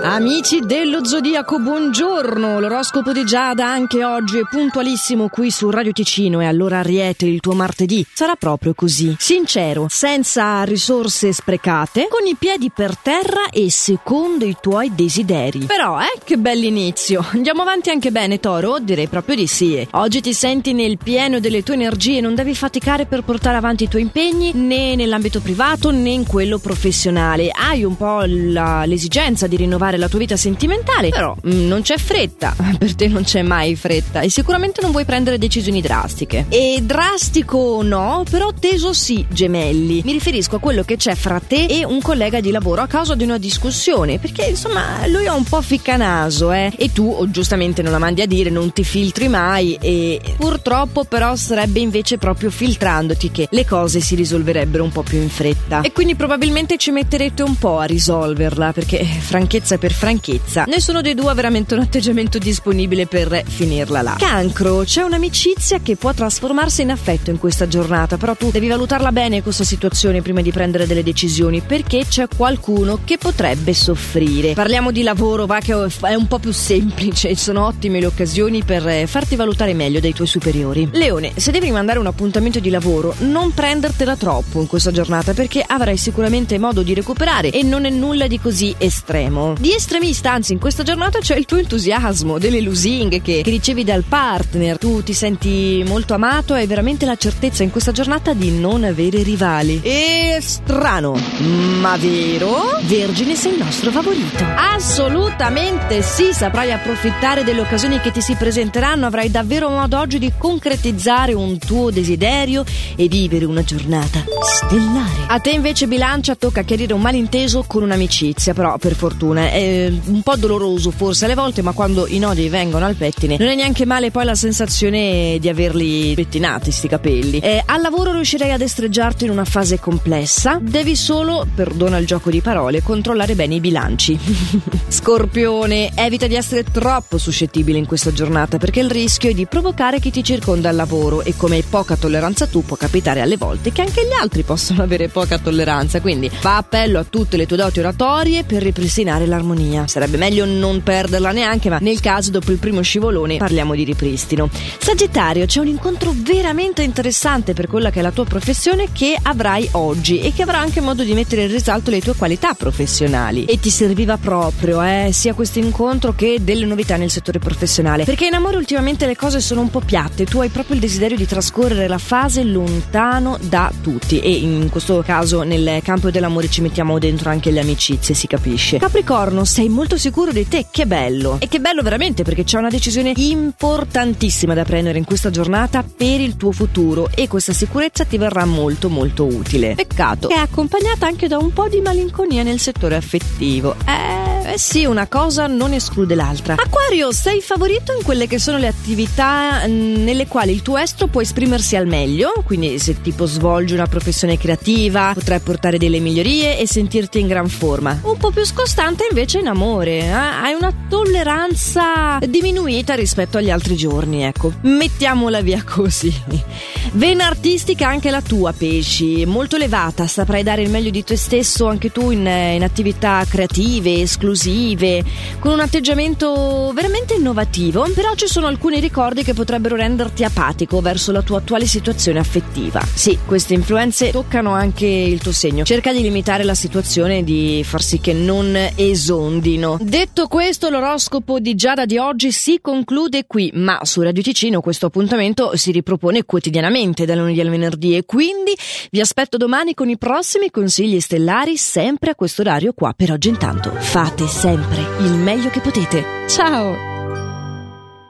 Amici dello Zodiaco, buongiorno. L'oroscopo di Giada anche oggi è puntualissimo qui su Radio Ticino. E allora Ariete, il tuo martedì sarà proprio così: sincero, senza risorse sprecate, con i piedi per terra e secondo i tuoi desideri. Però che bell'inizio. Andiamo avanti anche bene, Toro? Direi proprio di sì. Oggi ti senti nel pieno delle tue energie, non devi faticare per portare avanti i tuoi impegni né nell'ambito privato né in quello professionale. Hai un po' l'esigenza di rinnovare la tua vita sentimentale, però non c'è fretta. Per te non c'è mai fretta e sicuramente non vuoi prendere decisioni drastiche. E drastico no, però teso sì, gemelli. Mi riferisco a quello che c'è fra te e un collega di lavoro a causa di una discussione, perché insomma lui è un po' ficcanaso e tu giustamente non la mandi a dire, non ti filtri mai, e purtroppo però sarebbe invece proprio filtrandoti che le cose si risolverebbero un po' più in fretta, e quindi probabilmente ci metterete un po' a risolverla, perché franchezza per franchezza, nessuno dei due ha veramente un atteggiamento disponibile per finirla là. Cancro, c'è un'amicizia che può trasformarsi in affetto in questa giornata, però tu devi valutarla bene questa situazione prima di prendere delle decisioni, perché c'è qualcuno che potrebbe soffrire. Parliamo di lavoro, va, che è un po' più semplice, sono ottime le occasioni per farti valutare meglio dai tuoi superiori. Leone, se devi mandare un appuntamento di lavoro, non prendertela troppo in questa giornata, perché avrai sicuramente modo di recuperare e non è nulla di così estremo. Di estremista, anzi, in questa giornata c'è il tuo entusiasmo, delle lusinghe che ricevi dal partner, tu ti senti molto amato e hai veramente la certezza in questa giornata di non avere rivali. E strano, ma vero? Vergine, sei il nostro favorito. Assolutamente sì, saprai approfittare delle occasioni che ti si presenteranno, avrai davvero modo oggi di concretizzare un tuo desiderio e vivere una giornata stellare. A te invece, Bilancia, tocca chiarire un malinteso con un'amicizia, però per fortuna è un po' doloroso forse alle volte, ma quando i nodi vengono al pettine non è neanche male poi la sensazione di averli pettinati sti capelli. Al lavoro riuscirei a destreggiarti in una fase complessa, devi solo, perdona il gioco di parole, controllare bene i bilanci. Scorpione, evita di essere troppo suscettibile in questa giornata, perché il rischio è di provocare chi ti circonda al lavoro, e come hai poca tolleranza tu, può capitare alle volte che anche gli altri possono avere poca tolleranza, quindi fa appello a tutte le tue doti oratorie per ripristinare l'armonia. Sarebbe meglio non perderla neanche, ma nel caso dopo il primo scivolone parliamo di ripristino. Sagittario, c'è un incontro veramente interessante per quella che è la tua professione che avrai oggi e che avrà anche modo di mettere in risalto le tue qualità professionali, e ti serviva proprio sia questo incontro che delle novità nel settore professionale, perché in amore ultimamente le cose sono un po' piatte, tu hai proprio il desiderio di trascorrere la fase lontano da tutti, e in questo caso nel campo dell'amore ci mettiamo dentro anche le amicizie, si capisce. Capricorno, sei molto sicuro di te, che bello, e che bello veramente, perché c'è una decisione importantissima da prendere in questa giornata per il tuo futuro, e questa sicurezza ti verrà molto molto utile. Peccato che è accompagnata anche da un po' di malinconia nel settore affettivo. Sì, una cosa non esclude l'altra. Acquario, sei favorito in quelle che sono le attività nelle quali il tuo estro può esprimersi al meglio, quindi se tipo svolgi una professione creativa potrai portare delle migliorie e sentirti in gran forma. Un po' più scostante invece in amore, hai una tolleranza diminuita rispetto agli altri giorni, ecco, mettiamola via così. Vena artistica anche la tua, pesci, molto elevata, saprai dare il meglio di te stesso anche tu in attività creative, esclusive, con un atteggiamento veramente innovativo, però ci sono alcuni ricordi che potrebbero renderti apatico verso la tua attuale situazione affettiva. Sì, queste influenze toccano anche il tuo segno, cerca di limitare la situazione e di far sì che non esondino. Detto questo, l'oroscopo di Giada di oggi si conclude qui, ma su Radio Ticino questo appuntamento si ripropone quotidianamente dal lunedì al venerdì, e quindi vi aspetto domani con i prossimi consigli stellari, sempre a questo orario qua. Per oggi intanto fate sempre il meglio che potete. Ciao!